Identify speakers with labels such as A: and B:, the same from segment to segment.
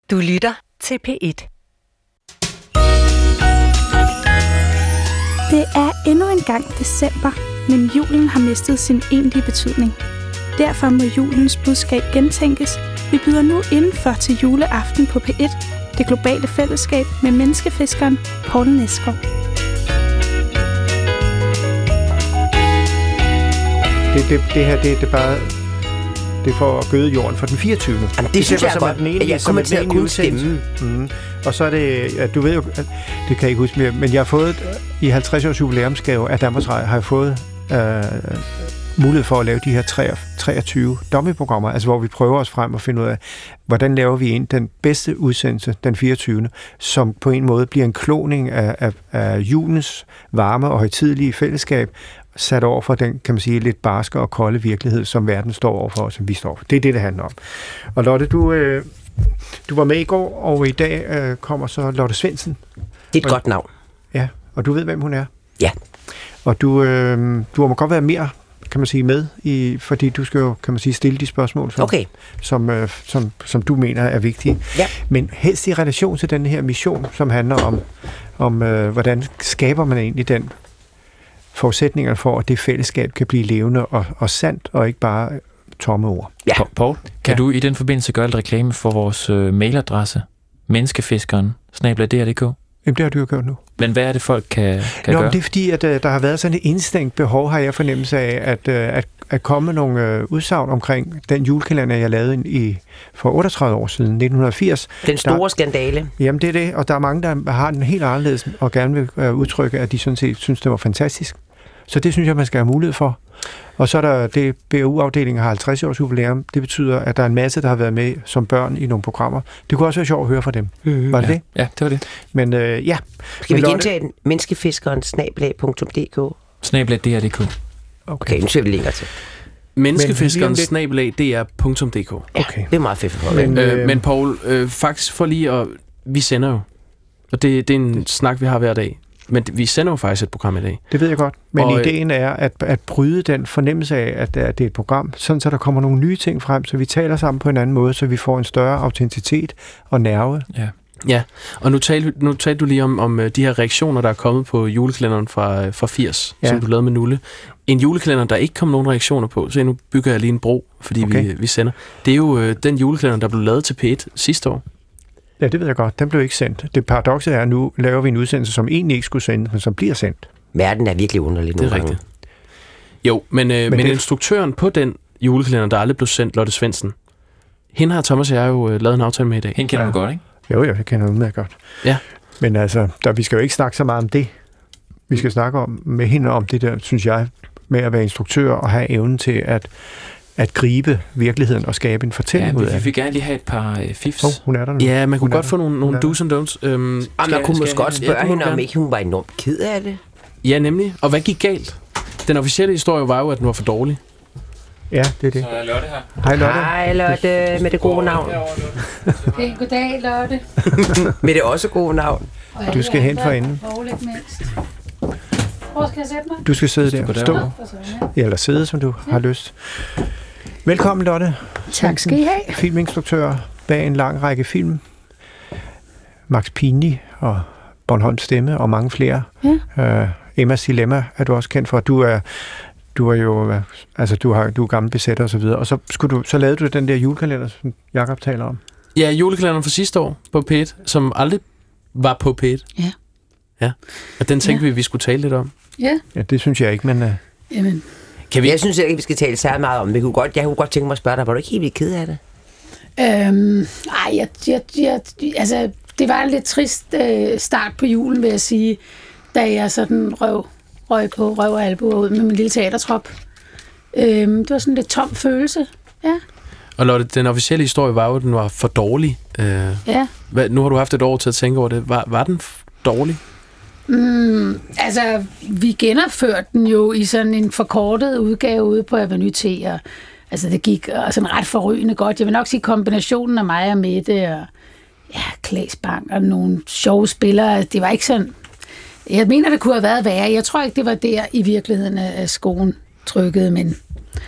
A: Du lytter til P1.
B: Det er endnu en gang december, men julen har mistet sin egentlige betydning. Derfor må julens budskab gentænkes. Vi byder nu indenfor til juleaften på P1, det globale fællesskab med menneskefiskeren Poul Nesgaard.
C: Det her, det er bare... Det er for at gøde jorden for den 24.
D: Jamen, det synes jeg er godt. Jeg kommer til at kunne stemme.
C: Og så er det, du ved jo, det kan jeg ikke huske mere, men jeg har fået i 50 års jubilæumsgave af Danmarks Radio, har jeg fået mulighed for at lave de her 23 dummy-programmer, altså hvor vi prøver os frem og finde ud af, hvordan laver vi den bedste udsendelse, den 24., som på en måde bliver en kloning af julens varme og højtidelige fællesskab, sat over for den, kan man sige, lidt barske og kolde virkelighed, som verden står overfor, og som vi står for. Det er det handler om. Og Lotte, du var med i går, og i dag kommer så Lotte Svendsen.
D: Det er et godt navn.
C: Ja, og du ved, hvem hun er?
D: Ja.
C: Og du må godt være mere, kan man sige, med, fordi du skal jo, kan man sige, stille de spørgsmål, som du mener er vigtige.
D: Ja.
C: Men helst i relation til den her mission, som handler om hvordan skaber man egentlig den forudsætninger for, at det fællesskab kan blive levende og sandt, og ikke bare tomme ord.
D: Ja.
E: Poul, kan du i den forbindelse gøre lidt reklame for vores mailadresse, menneskefiskeren@dr.dk?
C: Jamen, det har du jo gjort nu.
E: Men hvad er det, folk kan gøre?
C: Det er fordi, at der har været sådan et instinkt behov, har jeg fornemmelse af, at komme nogle udsagn omkring den julekalender, jeg lavede for 38 år siden, 1980.
D: Den store skandale.
C: Jamen, det er det, og der er mange, der har den helt anderledes, og gerne vil udtrykke, at de sådan set synes, det var fantastisk. Så det synes jeg, man skal have mulighed for. Og så er der det, BAU-afdelingen har 50 års jubilæum. Det betyder, at der er en masse, der har været med som børn i nogle programmer. Det kunne også være sjovt at høre fra dem. Var det det?
E: Ja, det var det.
C: Men ja.
D: Skal vi gentage den? Menneskefiskeren@dr.dk?
E: @dr.dk.
D: Okay, nu ser vi længere til.
F: Menneskefiskeren@dr.dk.
D: Okay. Det er meget fedt for mig.
F: Men Poul, faktisk for lige at... Vi sender jo. Og det er en snak, vi har hver dag. Men vi sender jo faktisk et program i dag.
C: Det ved jeg godt. Men ideen er at bryde den fornemmelse af, at det er et program, sådan så der kommer nogle nye ting frem, så vi taler sammen på en anden måde, så vi får en større autenticitet og nerve.
F: Ja. Og nu talte du lige om de her reaktioner, der er kommet på julekalenderen fra 80, som du lavede med Nulle. En julekalender, der ikke kom nogen reaktioner på, så nu bygger jeg lige en bro, fordi vi sender. Det er jo den julekalender, der blev lavet til P1 sidste år.
C: Ja, det ved jeg godt. Den blev ikke sendt. Det paradokset er, at nu laver vi en udsendelse, som egentlig ikke skulle sendes, men som bliver sendt.
D: Verden er virkelig underlig nogle gange.
F: Det er rigtigt. Jo, men instruktøren på den julekalender, der aldrig blev sendt, Lotte Svendsen, hende har Thomas og jeg jo lavet en aftale med i dag.
E: Hende kender du godt, ikke?
C: Jo, det kender jeg udmærket godt.
F: Ja.
C: Men altså, vi skal jo ikke snakke så meget om det. Vi skal snakke med hende om det der, synes jeg, med at være instruktør og have evnen til at gribe virkeligheden og skabe en fortælling ud af det.
E: Vi vil gerne lige have et par fifs.
C: Hun er der nu.
F: Ja, man kunne godt få nogle do's and don'ts.
D: Man kunne måske godt spørge hende, om ikke hun var enormt ked af det.
F: Ja, nemlig. Og hvad gik galt? Den officielle historie var jo, at den var for dårlig.
C: Ja, det er det.
E: Så er Lotte her.
C: Hej Lotte.
D: Hej Lotte, med det gode navn.
G: Goddag Lotte.
D: Med det også gode navn.
C: Du skal hen for enden.
G: Hvor skal jeg sætte mig?
C: Du skal sidde der. Stå. Eller sidde, som du har lyst. Velkommen, Lotte.
G: Tak skal I have.
C: Filminstruktør bag en lang række film. Max Pini og Bornholms Stemme og mange flere. Ja. Emmas Dilemma er du også kendt for. Du er jo, altså du er gammel besætter og så videre. Og så lavede du den der julekalender, som Jakob taler om.
F: Ja, julekalenderen fra sidste år på P1, som aldrig var på P1. Ja. Og den tænkte vi skulle tale lidt om.
G: Ja.
C: Ja, det synes jeg ikke, men...
G: Jamen.
D: Jeg synes ikke, vi skal tale særlig meget om det. Jeg kunne godt tænke mig at spørge dig, var du ikke helt vildt ked af det?
G: Altså, det var en lidt trist start på julen, vil jeg sige, da jeg sådan røg på røv og albuer ud med min lille teatertrop. Det var sådan en lidt tom følelse, ja.
F: Og Lotte, den officielle historie var jo, at den var for dårlig.
G: Ja.
F: Nu har du haft et år til at tænke over det. Var den dårlig?
G: Altså, vi genopførte den jo i sådan en forkortet udgave ude på Avenue T, og altså, det gik sådan ret forrygende godt. Jeg vil nok sige kombinationen af mig og Mette, og Claes Bang og nogle sjove spillere. Det var ikke sådan... Jeg mener, det kunne have været værre. Jeg tror ikke, det var der i virkeligheden, at skoen trykkede, men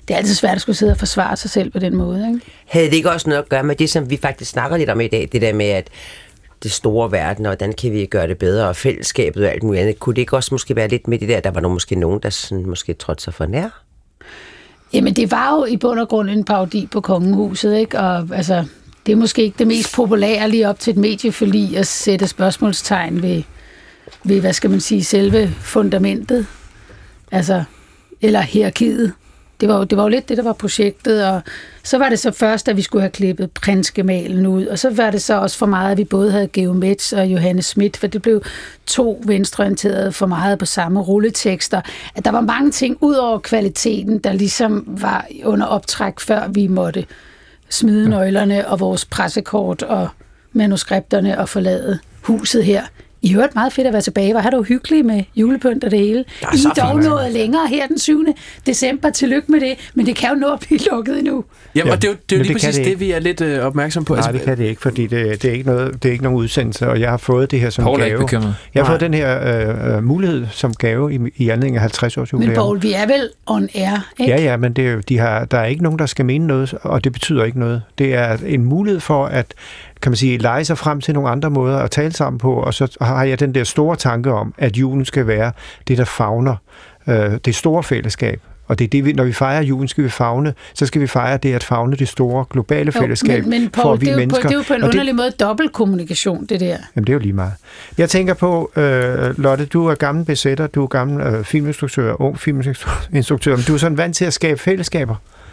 G: det er altid svært at skulle sidde og forsvare sig selv på den måde, ikke?
D: Havde det ikke også noget at gøre med det, som vi faktisk snakker lidt om i dag, det der med, at det store verden, og hvordan kan vi gøre det bedre, og fællesskabet og alt muligt andet. Kunne det ikke også måske være lidt med det der var måske nogen, der sådan, måske trådte sig for nær?
G: Jamen, det var jo i bund og grund en parodi på kongehuset, ikke? Og altså, det er måske ikke det mest populære lige op til et medieforlig at sætte spørgsmålstegn ved, hvad skal man sige, selve fundamentet. Altså, eller hierarkiet. Det var jo lidt det, der var projektet, og så var det så først, at vi skulle have klippet prinsgemalen ud, og så var det så også for meget, at vi både havde Georg Metz og Johannes Schmidt, for det blev 2 venstreorienterede for meget på samme rulletekster. At der var mange ting ud over kvaliteten, der ligesom var under optræk, før vi måtte smide nøglerne og vores pressekort og manuskripterne og forlade huset her. I hørte meget fedt at være tilbage. Var du hyggelig med julepynt og det hele? I er dog nået længere her den 7. december. Tillykke med det, men det kan jo nå at blive lukket endnu.
F: Jamen, og det er jo lige præcis det, vi er lidt opmærksom på.
C: Nej, det kan det ikke, fordi det er ikke nogen udsendelse, og jeg har fået det her som
E: Poul
C: gave. Jeg har fået den her mulighed som gave i anledning af 50 års jubilæum.
G: Men Poul, vi er vel on air, ikke?
C: Ja, men det er der er ikke nogen, der skal mene noget, og det betyder ikke noget. Det er en mulighed for at, kan man sige, lege sig frem til nogle andre måder at tale sammen på, og så har jeg den der store tanke om, at julen skal være det, der favner det store fællesskab. Og det er det, når vi fejrer julen, skal vi favne, så skal vi fejre det at favne det store globale fællesskab.
G: Men Poul, for vi mennesker. Det er jo på en underlig måde dobbeltkommunikation, det der.
C: Jamen, det er jo lige meget. Jeg tænker på, Lotte, du er gammel besætter, du er gammel filminstruktør, ung filminstruktør, men du er sådan vant til at skabe fællesskaber.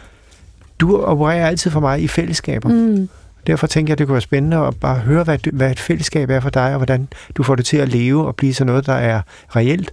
C: Du opererer altid for mig i fællesskaber. Mm. Derfor tænker jeg, det kunne være spændende at bare høre, hvad et fællesskab er for dig, og hvordan du får det til at leve og blive sådan noget, der er reelt.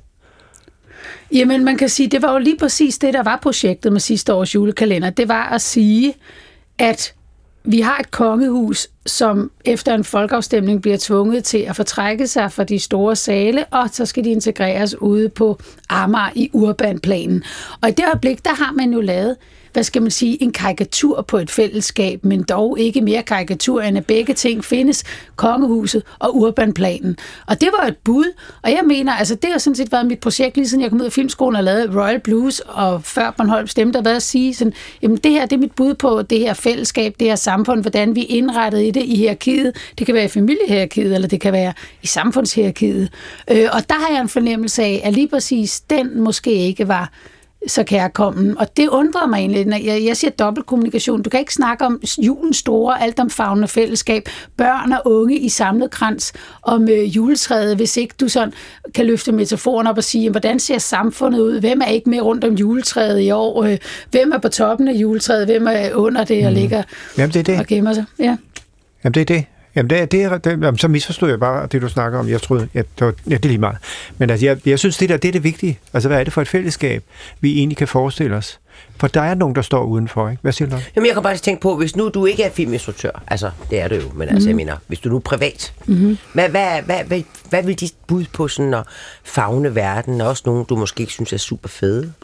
G: Jamen, man kan sige, det var jo lige præcis det, der var projektet med sidste års julekalender. Det var at sige, at vi har et kongehus, som efter en folkeafstemning bliver tvunget til at fortrække sig fra de store sale, og så skal de integreres ude på Amager i urbanplanen. Og i det øjeblik, der har man jo lavet, hvad skal man sige, en karikatur på et fællesskab, men dog ikke mere karikatur, end at begge ting findes, kongehuset og urbanplanen. Og det var et bud, og jeg mener, altså det har sådan set været mit projekt, lige siden jeg kom ud af filmskolen og lavede Royal Blues, og før Bornholm Stemme, der har været at sige sådan, jamen det her, det er mit bud på det her fællesskab, det her samfund, hvordan vi er indrettet i det i hierarkiet. Det kan være i familiehierarkiet, eller det kan være i samfundshierarkiet. Og der har jeg en fornemmelse af, at lige præcis den måske ikke var så kærkommen. Og det undrer mig egentlig, når jeg siger dobbeltkommunikation. Du kan ikke snakke om julens store, altomfavnende fællesskab, børn og unge i samlet krans om juletræet, hvis ikke du sådan kan løfte metaforen op og sige, hvordan ser samfundet ud? Hvem er ikke med rundt om juletræet i år? Hvem er på toppen af juletræet? Hvem er under det og ligger og gemmer sig? Ja.
C: Jamen, det er det. Jamen, så misforstod jeg bare det, du snakker om. Jeg troede, det er lige meget. Men altså, jeg synes, det er det vigtige. Altså, hvad er det for et fællesskab, vi egentlig kan forestille os? For der er nogen, der står udenfor, ikke? Hvad siger du?
D: Jamen, jeg kan bare tænke på, hvis nu du ikke er filminstruktør, altså, det er du jo, men altså, jeg mener, hvis du nu er privat, hvad vil dit bud på sådan at favne verden, og også nogen, du måske ikke synes er super fede?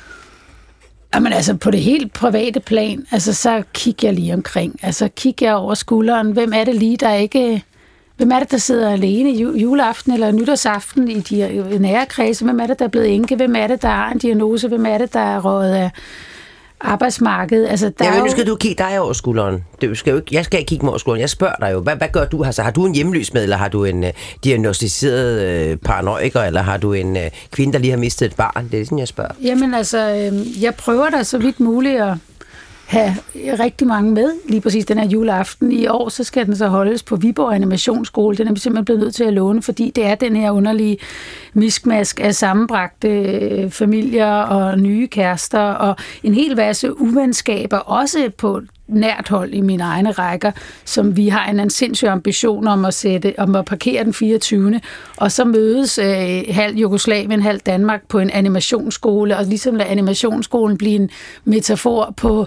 G: Jamen altså, på det helt private plan, altså så kigger jeg lige omkring. Altså kigger jeg over skulderen. Hvem er det lige, der ikke... Hvem er det, der sidder alene juleaften eller nytårsaften i de nære kredse? Hvem er det, der er blevet enke? Hvem er det, der har en diagnose? Hvem er det, der er røget af arbejdsmarkedet? Altså,
D: men nu skal du kigge dig over skulderen. Jeg skal ikke kigge mig over skulderen. Jeg spørger dig jo, hvad gør du? Altså, har du en hjemløs med, eller har du en diagnostiseret paranoiker, eller har du en kvinde, der lige har mistet et barn? Det er sådan, jeg spørger.
G: Jamen altså, jeg prøver da så vidt muligt at have rigtig mange med, lige præcis den her juleaften. I år, så skal den så holdes på Viborg Animationsskole. Den er vi simpelthen blevet nødt til at låne, fordi det er den her underlige miskmask af sammenbragte familier og nye kærester, og en hel masse uvenskaber, også på nært hold i mine egne rækker, som vi har en sindssyg ambition om at parkere den 24. Og så mødes halv Jugoslavien, halv Danmark på en animationsskole, og ligesom lade animationsskolen blive en metafor på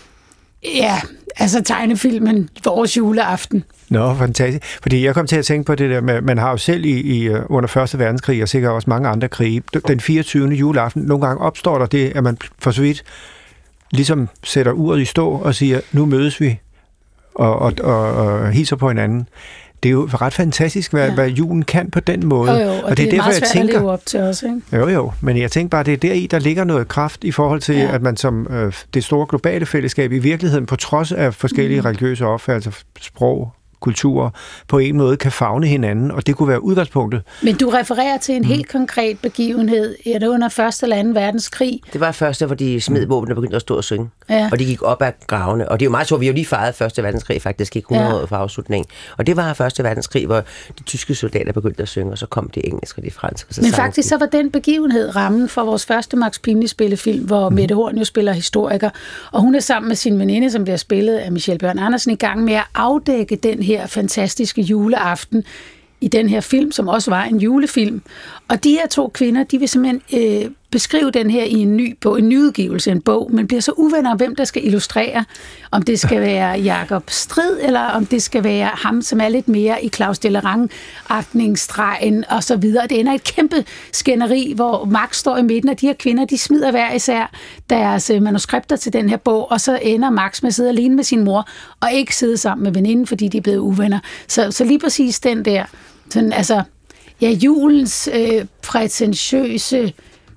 G: tegnefilmen vores juleaften.
C: Nå, fantastisk. Fordi jeg kom til at tænke på det der med, man har jo selv under 1. verdenskrig, og sikkert også mange andre krige, den 24. juleaften, nogle gange opstår der det, at man for så vidt ligesom sætter uret i stå og siger, nu mødes vi og hilser på hinanden. det er jo ret fantastisk, hvad julen kan på den måde.
G: Jo, og det er derfor, meget svært at leve op til os, ikke?
C: Jo, men jeg tænker bare, det er deri, der ligger noget kraft i forhold til, at man som det store globale fællesskab i virkeligheden, på trods af forskellige religiøse opfattelser, sprog, kulturer, på en måde kan favne hinanden, og det kunne være udgangspunktet.
G: Men du refererer til en helt konkret begivenhed. Er det under 1. eller 2. verdenskrig?
D: Det var første, hvor de smed våben og begyndte at stå og synge. Ja. Og de gik op ad gravene. Og det er jo meget sjovt, vi har jo lige fejret 1. verdenskrig, faktisk ikke 100 år for afslutningen. Og det var 1. verdenskrig, hvor de tyske soldater begyndte at synge, og så kom de engelske og de franske.
G: Men faktisk så var den begivenhed rammen for vores første Max Pinlig-spillefilm, hvor Mette Horn jo spiller historiker, og hun er sammen med sin veninde, som bliver spillet af Michelle Bjørn Andersen, i gang med at afdække den her fantastiske juleaften i den her film, som også var en julefilm. Og de her 2 kvinder, de vil simpelthen beskrive den her i en nyudgivelse, en bog, men bliver så uvenner om, hvem der skal illustrere. Om det skal være Jakob Strid, eller om det skal være ham, som er lidt mere i Claus Dellerang-agtningsstregen, og så videre. Det ender et kæmpe skænderi, hvor Max står i midten, og de her kvinder, de smider hver især deres manuskripter til den her bog, og så ender Max med at sidde alene med sin mor, og ikke sidde sammen med veninden, fordi de er blevet uvenner. Så lige præcis den der, sådan, altså, julens prætentiøse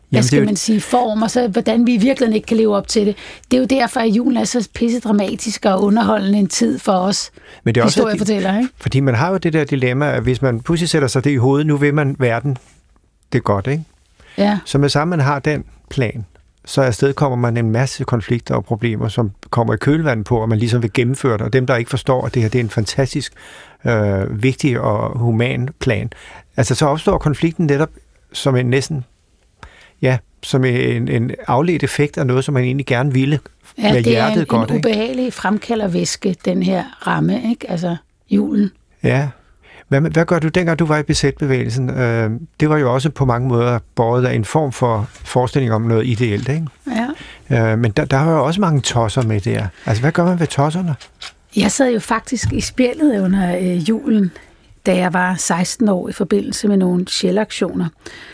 G: form, og så hvordan vi virkelig ikke kan leve op til det. Det er jo derfor, at julen er så pisse dramatisk og underholdende en tid for os.
C: Men det er
G: historiefortællere, ikke?
C: Fordi man har jo det der dilemma, at hvis man pludselig sætter sig det i hovedet, nu vil man verden det godt, ikke?
G: Ja.
C: Så med sammen man har den plan, så afsted kommer man en masse konflikter og problemer, som kommer i kølvandet på, og man ligesom vil gennemføre det. Og dem, der ikke forstår, at det her det er en fantastisk vigtig og human plan, altså så opstår konflikten netop som en næsten som en afledt effekt af noget, som man egentlig gerne ville med hjertet godt.
G: Ja, det er en ubehagelig fremkaldervæske, den her ramme, ikke? Altså julen.
C: Ja. Hvad gør du, dengang du var i BZ-bevægelsen? Det var jo også på mange måder båret af en form for forestilling om noget ideelt, ikke?
G: Ja.
C: Men der var jo også mange tosser med der. Altså, hvad gør man ved tosserne?
G: Jeg sad jo faktisk i spjældet under julen, da jeg var 16 år i forbindelse med nogle Shell-aktioner.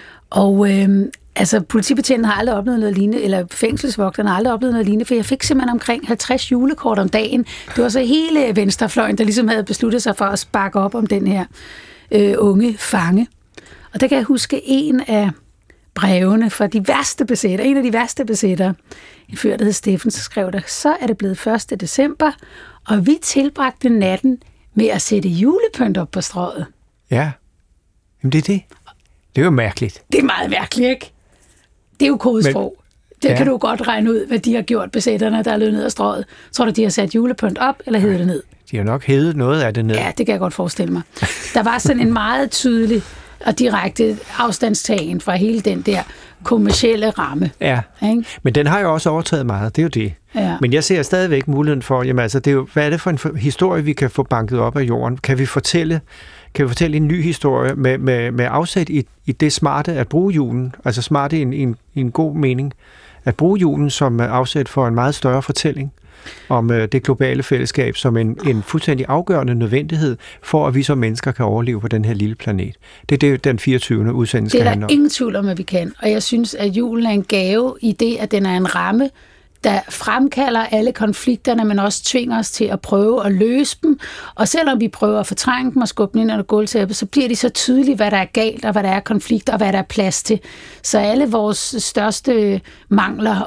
G: Og politibetjenten har aldrig oplevet noget lignende, eller fængselsvogterne har aldrig oplevet noget lignende, for jeg fik simpelthen omkring 50 julekort om dagen. Det var så hele venstrefløjen, der ligesom havde besluttet sig for at sparke op om den her unge fange. Og der kan jeg huske en af brevene fra de værste besætter, en af de værste besættere, en fyr, der hed Steffen, så skrev der, så er det blevet 1. december, og vi tilbragte natten med at sætte julepynt op på strøget.
C: Ja, jamen det er det. Det er jo mærkeligt.
G: Det er meget mærkeligt, ikke? Det er jo kodesprog. Det kan du godt regne ud, hvad de har gjort, besætterne, der er løbet ned ad strøget. Tror du, de har sat julepynt op, eller hævet det ned?
C: De har nok hævet noget af det ned.
G: Ja, det kan jeg godt forestille mig. Der var sådan en meget tydelig og direkte afstandstagen fra hele den der kommercielle ramme.
C: Ja, ikke? Men den har jo også overtaget meget, det er jo det. Ja. Men jeg ser stadigvæk muligheden for, jamen altså, det er jo, hvad er det for en historie, vi kan få banket op af jorden? Kan vi fortælle en ny historie med afsæt i det smarte at bruge julen, altså smarte i en god mening, at bruge julen som afsæt for en meget større fortælling om det globale fællesskab som en fuldstændig afgørende nødvendighed for, at vi som mennesker kan overleve på den her lille planet. Det er det, den 24. udsendelse skal handle om.
G: Det er der ingen tvivl om, at vi kan. Og jeg synes, at julen er en gave i det, at den er en ramme, der fremkalder alle konflikterne, men også tvinger os til at prøve at løse dem. Og selvom vi prøver at fortrænge dem og skubbe dem ind under gulvtæppet, så bliver de så tydeligt, hvad der er galt, og hvad der er konflikter, og hvad der er plads til. Så alle vores største mangler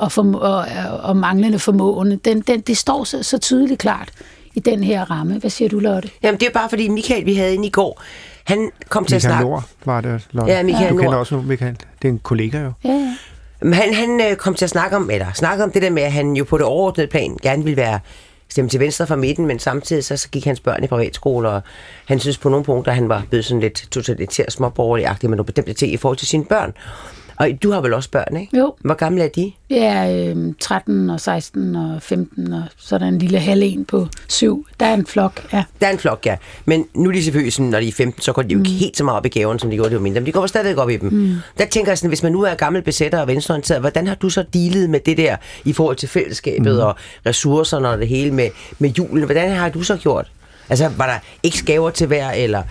G: og manglende formåen, det står så tydeligt klart i den her ramme. Hvad siger du, Lotte?
D: Jamen, det er bare fordi Michael, vi havde inde i går, han kom til at snakke...
C: Michael Nord var det, Lotte.
D: Ja, Michael Nord.
C: Du kender også nu, Michael. Det er en kollega jo.
G: Ja.
D: Han kom til at snakke om det der med, at han jo på det overordnede plan gerne ville være stemt til venstre fra midten, men samtidig så gik hans børn i privatskole, og han synes på nogle punkter, han var blevet sådan lidt totalitær småborgerlig-agtig med nogle bestemte ting i forhold til sine børn. Og du har vel også børn, ikke?
G: Jo.
D: Hvor gamle er de?
G: Ja, 13 og 16 og 15, og så er der en lille halv på 7. Der er en flok, ja.
D: Der er en flok, ja. Men nu er de selvfølgelig sådan, når de er 15, så går de jo ikke helt så meget op i gaven, som de gjorde, det var mindre. Men de går stadigvæk op i dem. Der tænker jeg sådan, hvis man nu er gammel besætter og venstreorienteret, hvordan har du så dealet med det der i forhold til fællesskabet og ressourcerne og det hele med julen? Hvordan har du så gjort? Altså, var der ikke gaver til hver, eller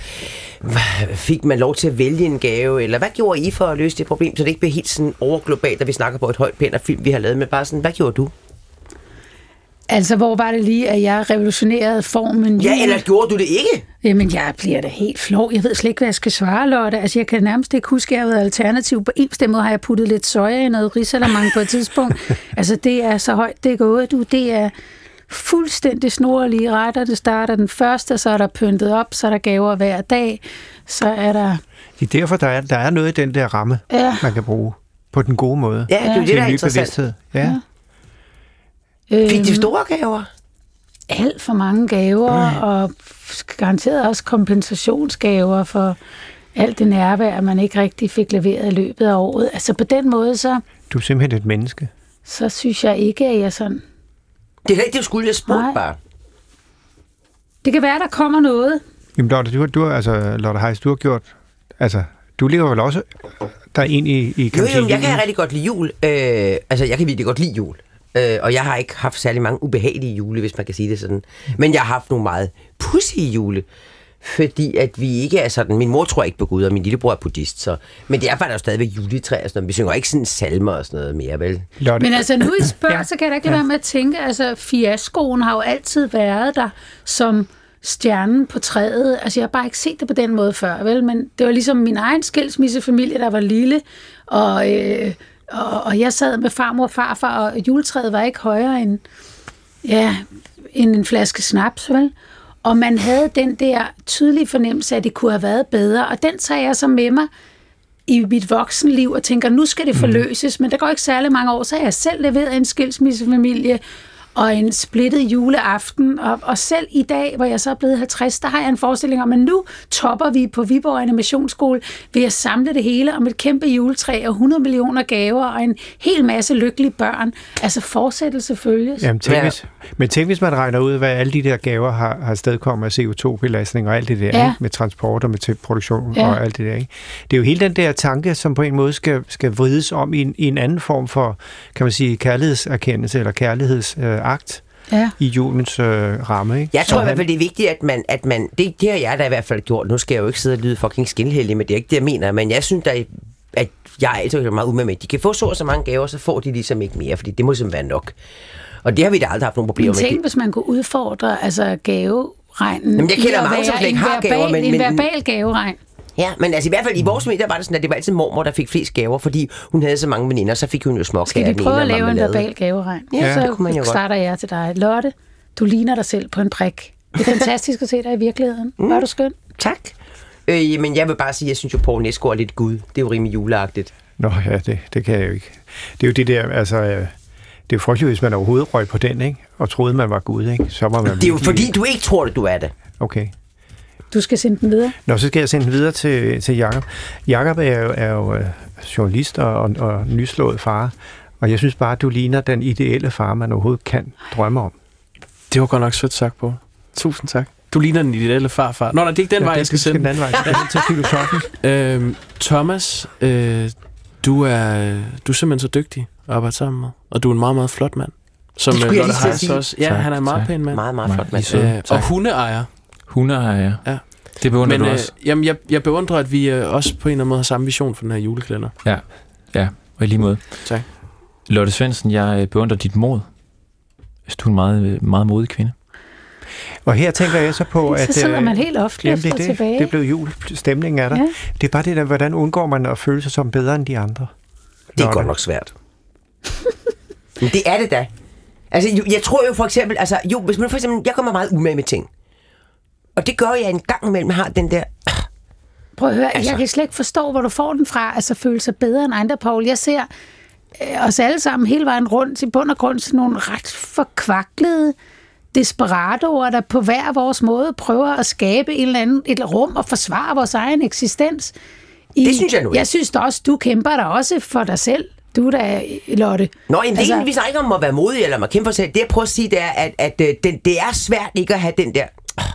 D: fik man lov til at vælge en gave, eller hvad gjorde I for at løse det problem, så det ikke blev helt sådan overglobalt, at vi snakker på et højt pænt film, vi har lavet med, bare sådan, hvad gjorde du?
G: Altså, hvor var det lige, at jeg revolutionerede formen?
D: Ja, eller gjorde du det ikke?
G: Jamen, jeg bliver da helt flov. Jeg ved slet ikke, hvad jeg skal svare, Lotte. Altså, jeg kan nærmest ikke huske, at jeg har været alternativ. På en bestemt måde har jeg puttet lidt soja i noget risalamande på et tidspunkt. Altså, det er så højt, det er gået. Det er fuldstændig snorlige retter. Det starter den første, så er der pyntet op, så er der gaver hver dag. Så er der...
C: Det er derfor, der er noget i den der ramme, man kan bruge på den gode måde.
D: Ja, det er jo det, der er interessant.
C: Ja.
D: Fik de store gaver?
G: Alt for mange gaver, og garanteret også kompensationsgaver for alt det nærvær, man ikke rigtig fik leveret i løbet af året. Altså på den måde, så...
C: Du er simpelthen et menneske.
G: Så synes jeg ikke, at jeg sådan...
D: Det er ikke det, du skulle have spurgt bare.
G: Det kan være, der kommer noget.
C: Jamen Lotte Heiss, du har gjort... Altså, du lever vel også der ind i
D: Jo, jeg kan rigtig godt lide jul. Altså, jeg kan virkelig godt lide jul. Og jeg har ikke haft særlig mange ubehagelige jule, hvis man kan sige det sådan. Men jeg har haft nogle meget pudsige jule. Fordi at vi ikke er sådan... Min mor tror ikke på Gud, og min lillebror er buddhist. Så, men det er faktisk stadigvæk juletræ og sådan noget. Vi synger ikke sådan salmer og sådan noget mere, vel?
G: Lotte. Men altså, nu I spørger, så kan jeg da ikke være med at tænke... Altså, fiaskoen har jo altid været der som stjernen på træet. Altså, jeg har bare ikke set det på den måde før, vel? Men det var ligesom min egen skilsmissefamilie, der var lille, og jeg sad med farmor og farfar, og juletræet var ikke højere end en flaske snaps, vel? Og man havde den der tydelige fornemmelse, at det kunne have været bedre, og den tager jeg så med mig i mit voksenliv og tænker, nu skal det forløses, men der går ikke særlig mange år, så har jeg selv leveret en skilsmissefamilie, og en splittet juleaften, og selv i dag, hvor jeg så er blevet 50, der har jeg en forestilling om, at nu topper vi på Viborg Animationsskole ved at samle det hele om et kæmpe juletræ og 100 millioner gaver og en hel masse lykkelige børn. Altså fortsættelse følges. Jamen,
C: tænk, hvis man regner ud, hvad alle de der gaver har stedkommet af CO2-belastning og alt det der, ikke? Med transport og med produktion og alt det der. Ikke? Det er jo hele den der tanke, som på en måde skal vrides om i en anden form for, kan man sige, kærlighedserkendelse eller kærlighedsakt i julens ramme. Ikke?
D: Jeg tror i hvert fald, det er vigtigt, at man det har jeg da i hvert fald gjort. Nu skal jeg jo ikke sidde og lyde fucking skinheldig, men det er ikke det, jeg mener. Men jeg synes, at jeg er altid meget umage med. De kan få så mange gaver, så får de ligesom ikke mere, fordi det må simpelthen være nok. Og det har vi da aldrig haft nogle problemer med.
G: Men tænk, hvis man kunne udfordre gaveregnen.
D: Jamen, jeg kender mange, som ikke har gaver.
G: En verbal gaveregn.
D: Ja, men altså i hvert fald i vores familie, der var det sådan, at det var altid mormor, der fik flest gaver, fordi hun havde så mange veninder, så fik hun jo småkager.
G: Skal vi prøve at lave en verbal gaveregn? Ja, så det kunne man jo starter godt. Jeg til dig. Lotte, du ligner dig selv på en prik. Det er fantastisk at se dig i virkeligheden. Var du skøn?
D: Tak. Men jeg vil bare sige, at jeg synes jo, Poul Nesgaard er lidt Gud. Det er jo rimelig juleagtigt.
C: Nå ja, det kan jeg jo ikke. Det er jo det der, altså... Det er jo frygteligt, hvis man overhovedet røg på den, ikke? Og troede, man var Gud, ikke? Så var man
D: det er jo fordi, du ikke tror, at du er det.
C: Okay.
G: Du skal sende den videre?
C: Nå, så skal jeg sende den videre til Jakob. Jakob er jo journalist og nyslået far, og jeg synes bare, at du ligner den ideelle far, man overhovedet kan drømme om.
F: Det var godt nok sødt sagt, på. Tusind tak. Du ligner den ideelle farfar. Nå, nej, det er ikke den vej, jeg skal sende.
C: Den anden vej. Jeg skal til filosofen.
F: Thomas, du er simpelthen så dygtig at arbejde sammen med, og du er en meget, meget flot mand. Som Lotte Heiss også. Ja, han er en meget pæn mand.
D: Meget, meget flot mand.
F: Og hundeejer.
E: Hundeejer, ja. Det beundrer du også.
F: Jamen, jeg beundrer, at vi også på en eller anden måde har samme vision for den her julekalender.
E: Ja, og i lige måde.
F: Tak.
E: Lotte Svendsen, jeg beundrer dit mod. Du er en meget, meget modig kvinde.
C: Og her tænker jeg så på, at...
G: Så sidder man helt ofte tilbage.
C: Det blev jul. Stemningen er der. Ja. Det er bare det der, hvordan undgår man at føle sig som bedre end de andre?
D: Det er godt nok svært. Men det er det da. Altså, jeg tror jo for eksempel... Altså, hvis man for eksempel... Jeg kommer meget umage med ting. Og det gør jeg en gang imellem, har den der...
G: Prøv at høre, jeg kan slet ikke forstå, hvor du får den fra, altså føle sig bedre end andre, Poul. Jeg ser os alle sammen hele vejen rundt, i bund og grund til nogle ret forkvaklede desperadoer, der på hver vores måde prøver at skabe et rum og forsvare vores egen eksistens.
D: Det synes jeg nu.
G: Jeg synes da også, du kæmper der også for dig selv. Du der, Lotte.
D: Nå, jamen, altså, vi snakker ikke om at være modig eller at kæmpe for sig selv. Det jeg prøver at sige, det er, at det er svært ikke at have den der...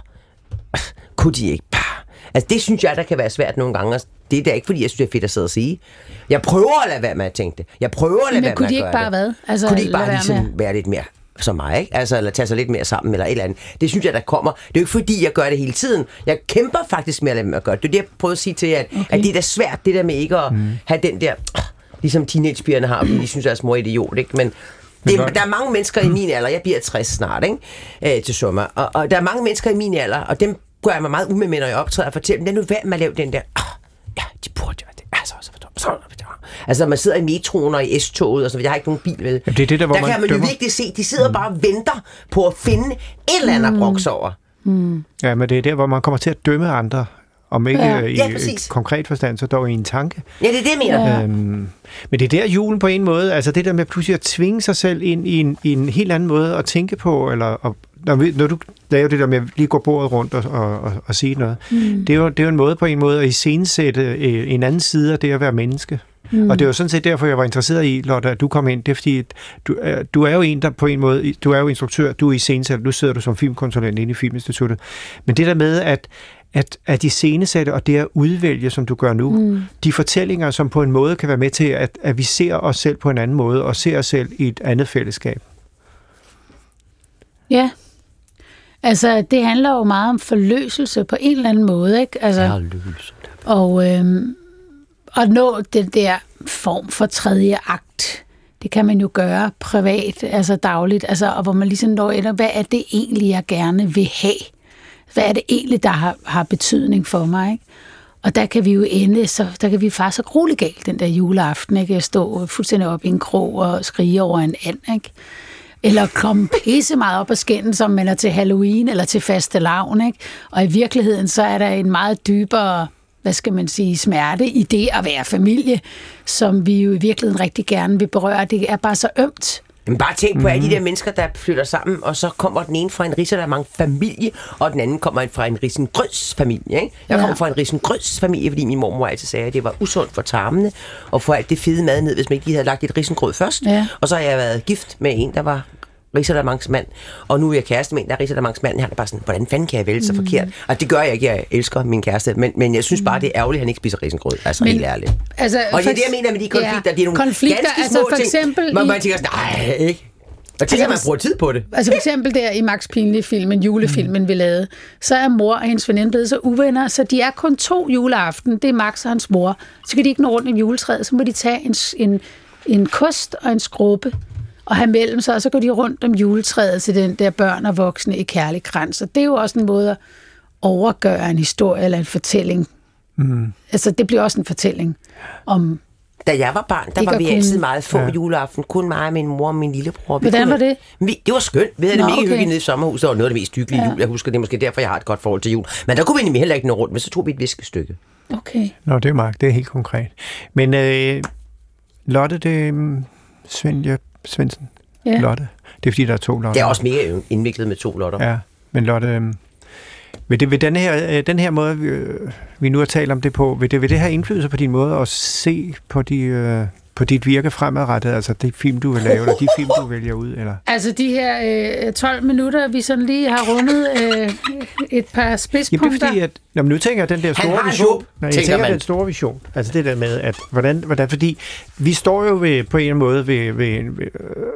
D: Kunne de ikke? Altså, det synes jeg, der kan være svært nogle gange. Det er da ikke, fordi jeg synes, det er fedt at sidde og sige. Jeg prøver at lade være med at tænke det. Jeg prøver at lade være med at gøre det.
G: Men kunne de ikke bare hvad? Altså,
D: kunne de ikke bare ligesom være lidt mere som mig, ikke? Altså, eller tage sig lidt mere sammen, eller et eller andet. Det synes jeg, der kommer. Det er jo ikke, fordi jeg gør det hele tiden. Jeg kæmper faktisk med at lade være med at gøre det. Det er det, jeg prøver at sige til jer, at det er da svært, det der med ikke at have den der, ligesom teenagepigerne har, fordi de synes, at deres mor er idiot, ikke? Men Der er mange mennesker i min alder, jeg bliver 60 snart, ikke? Til sommer, og der er mange mennesker i min alder, og dem gør jeg mig meget umænd med, når jeg optræder, og fortæller dem, lad nu være med at lave den der, ja, de burde jo det, altså, man sidder i metroen og i S-toget, og så jeg har ikke nogen bil, vel?
C: Jamen, det er det, der
D: kan man jo virkelig se, de sidder bare og venter på at finde et eller andet at brokse over.
C: Ja, men det er der, hvor man kommer til at dømme andre, om ikke i konkret forstand, så dog i en tanke.
D: Ja, det er det, jeg mener.
C: Men det er der julen på en måde, altså det der med pludselig at tvinge sig selv ind i en helt anden måde at tænke på, eller når du laver det der med at lige gå bordet rundt og sige noget, det er jo en måde på en måde at iscenesætte en anden side af det at være menneske. Og det er jo sådan set derfor, jeg var interesseret i, Lotte, at du kom ind. Det er fordi, du er jo en, der på en måde, du er jo instruktør, du er iscenesætter, nu sidder du som filmkonsulent inde i Filminstituttet. Men det der med, at iscenesætte og det at udvælge, som du gør nu, de fortællinger, som på en måde kan være med til, at vi ser os selv på en anden måde, og ser os selv i et andet fællesskab.
G: Ja. Altså, det handler jo meget om forløselse på en eller anden måde, ikke? Altså, og nå den der form for tredje akt, det kan man jo gøre privat, altså dagligt, altså, og hvor man ligesom når ind, hvad er det egentlig, jeg gerne vil have? Hvad er det egentlig, der har betydning for mig, ikke? Og der kan vi jo der kan vi faktisk så grueligt galt den der juleaften, ikke? Jeg stå fuldstændig op i en krog og skrige over en and, ikke? Eller komme pisse meget op og skændes, som man er til Halloween eller til fastelavn, ikke? Og i virkeligheden, så er der en meget dybere, hvad skal man sige, smerte i det at være familie, som vi jo i virkeligheden rigtig gerne vil berøre. Det er bare så ømt.
D: Men bare tænk på alle de der mennesker, der flytter sammen, og så kommer den ene fra en risalamang familie, og den anden kommer fra en risengrøds familie, ikke? Jeg kommer fra en risengrøds familie, fordi min mormor altid sagde, at det var usundt for tarmene, og få alt det fede mad ned, hvis man ikke lige havde lagt et risengrød først. Ja. Og så har jeg været gift med en, der var risalamangs mand, og nu er jeg kæreste med en, der er risalamangs mand. Han er bare sådan, hvordan fanden kan jeg vælge så forkert? Og det gør jeg ikke, jeg elsker min kæreste, men jeg synes bare, det er ærgerligt, at han ikke spiser risengrød. Altså, helt ærligt.
G: Altså,
D: og det er det, jeg mener med de konflikter. Det er nogle ganske små
G: for eksempel
D: ting, man tænker sådan, nej, ikke? Og tænker, man bruger tid på det.
G: Altså for eksempel der i Max Pinlig-filmen, julefilmen, vi lavede, så er mor og hendes veninde blevet så uvenner, så de er kun 2 juleaften. Det er Max og hans mor. Så kan de ikke nå rundt om juletræet, så må de tage en kost og en skrubbe og have mellem sig, og så går de rundt om juletræet til den der børn og voksne i kærlig krans. Og det er jo også en måde at overgøre en historie eller en fortælling. Altså det bliver også en fortælling om...
D: Da jeg var barn, der var vi altid meget få juleaften. Kun mig og min mor og min lillebror.
G: Hvordan var det?
D: Det var skønt. Vi havde det mega hyggeligt nede i sommerhuset. Det var noget af det mest hyggelige jul. Jeg husker, det er måske derfor, jeg har et godt forhold til jul. Men der kunne vi nemlig heller ikke nå rundt, men så tog vi et viskestykke.
G: Okay.
C: Nå, det er Mark. Det er helt konkret. Men Lotte, det er Svendsen. Ja. Lotte. Det er fordi, der er 2 Lotter.
D: Det er også mega indviklet med 2 Lotter.
C: Ja, men Lotte... Vil den her måde, vi nu har talt om det på, vil det have indflydelse på din måde at se på dit virke fremadrettet, altså de film, du vil lave, eller de film, du vælger ud? Eller?
G: Altså de her 12 minutter, vi sådan lige har rundet et par spidspunkter.
C: Jamen det er fordi, at nu tænker jeg den der store vision. Jeg tænker den store vision. Altså det der med, at hvordan fordi vi står jo på en måde ved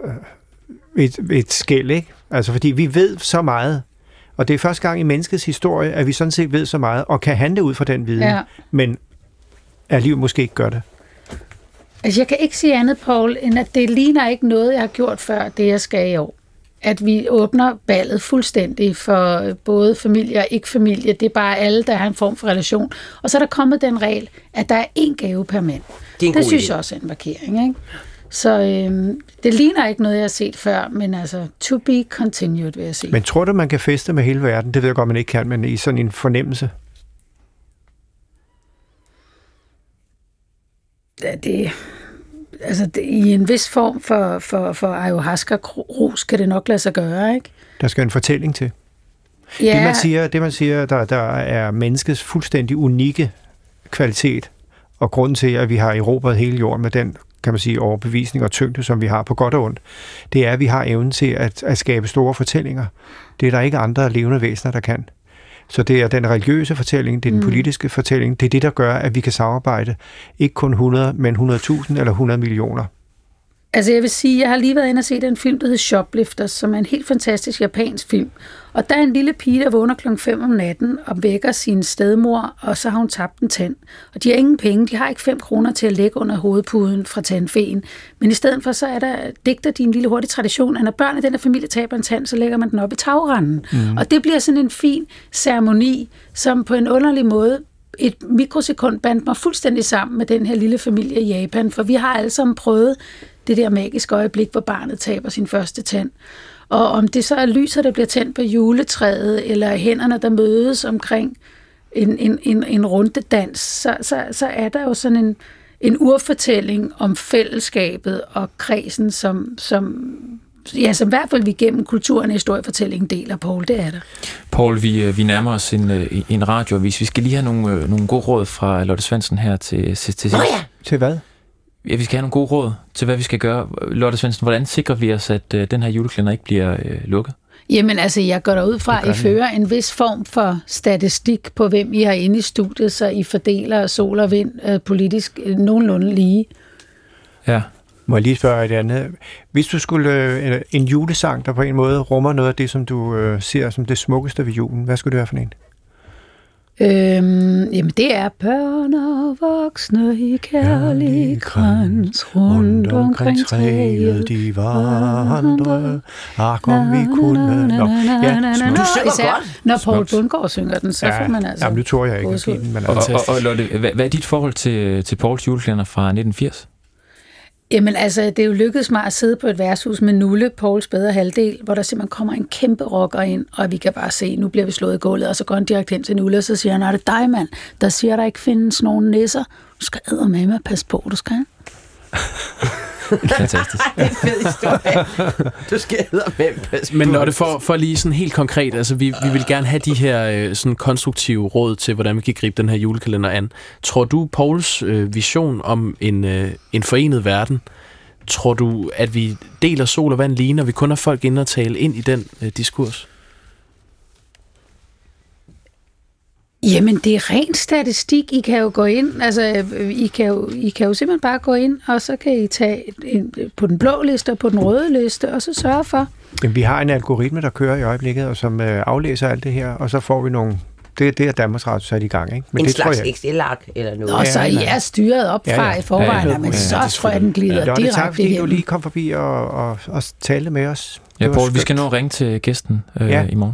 C: et skel, ikke? Altså fordi vi ved så meget. Og det er første gang i menneskets historie, at vi sådan set ved så meget, og kan handle ud fra den viden, men alligevel måske ikke gør det.
G: Altså, jeg kan ikke sige andet, Paul, end at det ligner ikke noget, jeg har gjort før, det jeg skal i år. At vi åbner ballet fuldstændig for både familie og ikke-familie. Det er bare alle, der har en form for relation. Og så er der kommet den regel, at der er 1 gave per mand. Det synes jeg også er en markering, ikke? Så det ligner ikke noget, jeg har set før, men altså, to be continued, vil jeg sige.
C: Men tror du, man kan feste med hele verden? Det ved jeg godt, man ikke kan, men i sådan en fornemmelse?
G: I en vis form for ayahuasca-rus kan det nok lade sig gøre, ikke? Der
C: skal en fortælling til. Ja. Det man siger, der er menneskets fuldstændig unikke kvalitet, og grunden til, at vi har erobret hele jorden med den, kan man sige, overbevisning og tyngde, som vi har på godt og ondt, det er, at vi har evnen til at skabe store fortællinger. Det er der ikke andre levende væsener, der kan. Så det er den religiøse fortælling, det er den politiske fortælling, det er det, der gør, at vi kan samarbejde ikke kun 100, men 100.000 eller 100 millioner.
G: Altså jeg vil sige, jeg har lige været inde og set en film, der hedder Shoplifters, som er en helt fantastisk japansk film. Og der er en lille pige, der vågner 5:00 om natten og vækker sin stedmor, og så har hun tabt en tand. Og de har ingen penge, de har ikke 5 kroner til at lægge under hovedpuden fra tandfeen. Men i stedet for, så digter de en lille hurtig tradition, at når børn i den her familie taber en tand, så lægger man den op i tagrenden. Og det bliver sådan en fin ceremoni, som på en underlig måde et mikrosekund bandt mig fuldstændig sammen med den her lille familie i Japan, for vi har alle sammen prøvet det der magiske øjeblik, hvor barnet taber sin første tand. Og om det så er lyset, der bliver tændt på juletræet, eller hænderne, der mødes omkring en rundedans, så er der jo sådan en urfortælling om fællesskabet og kredsen, som i hvert fald vi gennem kulturen og historiefortællingen deler, Poul. Det er der.
E: Poul, vi nærmer os en radioavis. Vi skal lige have nogle gode råd fra Lotte Svendsen her til sidst.
C: Til hvad?
E: Ja, vi skal have nogle gode råd til, hvad vi skal gøre. Lotte Svendsen, hvordan sikrer vi os, at den her julekalender ikke bliver lukket?
G: Jamen altså, jeg går derud fra, at I fører en vis form for statistik på, hvem I har inde i studiet, så I fordeler sol og vind politisk nogenlunde lige.
C: Ja. Må jeg lige spørge et andet? Hvis du skulle en julesang, der på en måde rummer noget af det, som du ser som det smukkeste ved julen, hvad skulle det være for en?
G: Jamen det er børn og voksne i kærlig krans rundt omkring træet
C: de vandrer. Om vi kunne.
G: Du synger godt. Når Poul Bundgaard synger den, så får man altså.
C: Jamen nu tror jeg ikke at give den.
E: Og Lotte, hvad er dit forhold til Pauls julekalender fra 1980?
G: Jamen altså, det er jo lykkedes mig at sidde på et værtshus med Nulle, Pauls bedre halvdel, hvor der simpelthen kommer en kæmpe rocker ind, og vi kan bare se, nu bliver vi slået i gulvet, og så går han direkte hen til Nulle, og så siger han, er det dig, mand, der siger, der ikke findes nogen nisser. Du skal eddermame passe på, du skal.
E: Fantastisk.
D: Det er en fed historie. Du skal eddermame passe på.
F: Men når det for lige sådan helt konkret, altså vi vil gerne have de her sådan konstruktive råd til, hvordan vi kan gribe den her julekalender an. Tror du, Pauls vision om en forenet verden, tror du, at vi deler sol og vand lige, når vi kun har folk inde og tale ind i den diskurs?
G: Jamen, det er ren statistik. I kan jo gå ind, altså, I kan jo simpelthen bare gå ind, og så kan I tage på den blå liste og på den røde liste, og så sørge for.
C: Jamen, vi har en algoritme, der kører i øjeblikket, og som aflæser alt det her, og så får vi nogle. Det er Danmarks Radio sat i gang, ikke? Men
D: en
C: det
D: slags
C: tror jeg
G: Excel-ark
D: eller noget.
G: Nå, så I er styret op fra i forvejen, men så tror jeg, den glider direkte
C: tak, fordi du lige kom forbi og talte med os.
E: Ja, Poul, vi skal nå at ringe til gæsten i morgen.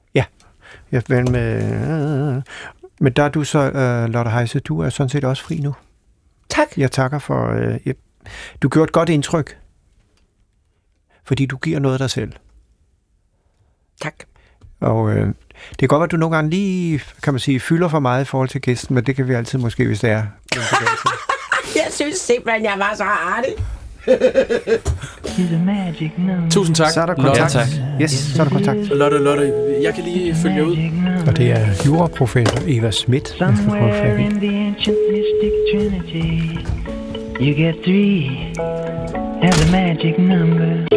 C: Men der er du så, Lotte Heise, du er sådan set også fri nu.
D: Tak.
C: Jeg takker for. Du gjorde et godt indtryk, fordi du giver noget af dig selv.
D: Tak.
C: Og det kan godt være, at du nogle gange lige, kan man sige, fylder for meget i forhold til gæsten, men det kan vi altid måske, hvis det er.
D: Jeg synes simpelthen, jeg var så artig.
F: Tusind tak.
C: Så er der kontakt.
E: Ja, tak.
C: Yes, så er der kontakt.
F: Lotte, jeg kan lige følge ud.
C: Og det er juraprofessor Eva Schmidt.
A: Somewhere in the ancient mystic trinity, you get 3 as a magic number.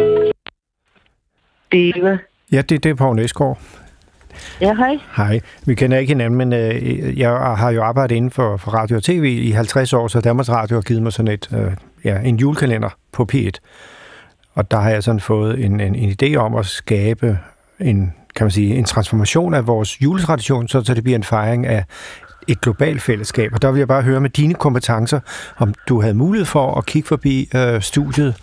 H: Eva.
C: Ja, det er Poul Næsgaard.
H: Ja, hej.
C: Hej. Vi kender ikke hinanden, men jeg har jo arbejdet inden for radio og tv i 50 år, så Danmarks Radio har givet mig sådan en julekalender på P1. Og der har jeg sådan fået en idé om at skabe en transformation af vores juletradition, så det bliver en fejring af et globalt fællesskab. Og der vil jeg bare høre med dine kompetencer, om du havde mulighed for at kigge forbi studiet.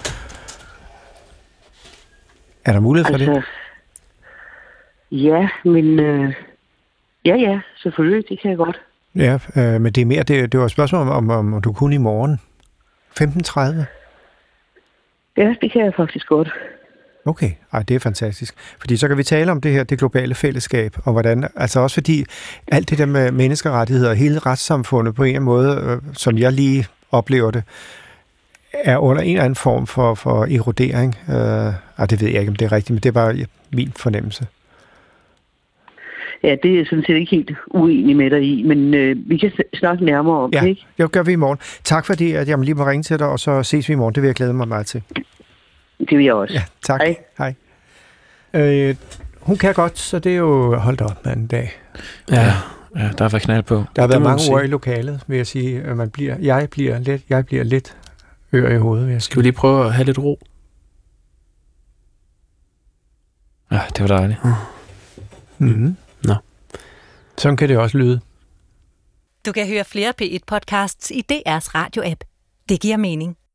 C: Er der mulighed for det?
H: Ja, men ja, selvfølgelig, det kan jeg godt.
C: Ja, men det er mere, det var et spørgsmål om du kunne i morgen. 15:30?
H: Ja, det kan jeg faktisk godt.
C: Okay, det er fantastisk. Fordi så kan vi tale om det globale fællesskab, og hvordan, altså også fordi alt det der med menneskerettigheder og hele retssamfundet på en måde, som jeg lige oplever det, er under en eller anden form for erodering. Det ved jeg ikke, om det er rigtigt, men det er bare min fornemmelse.
H: Ja, det er sådan set ikke helt uenig med dig i, men vi kan snakke nærmere om det, ikke?
C: Ja, det gør vi i morgen. Tak fordi, at jeg lige må ringe til dig, og så ses vi i morgen. Det vil jeg glæde mig meget til.
H: Det vil jeg også.
C: Ja, tak. Hej. Hun kan godt, så det er jo holdt op med en dag.
F: Ja, der har været knald på.
C: Der har været mange ord i lokalet, vil jeg sige. Jeg bliver lidt ør i hovedet.
F: Skal vi lige prøve at have lidt ro?
E: Ja, det var dejligt.
C: Mm-hmm.
F: Nå.
C: Sådan kan det også lyde.
I: Du kan høre flere P1-podcasts i DR's radio-app. Det giver mening.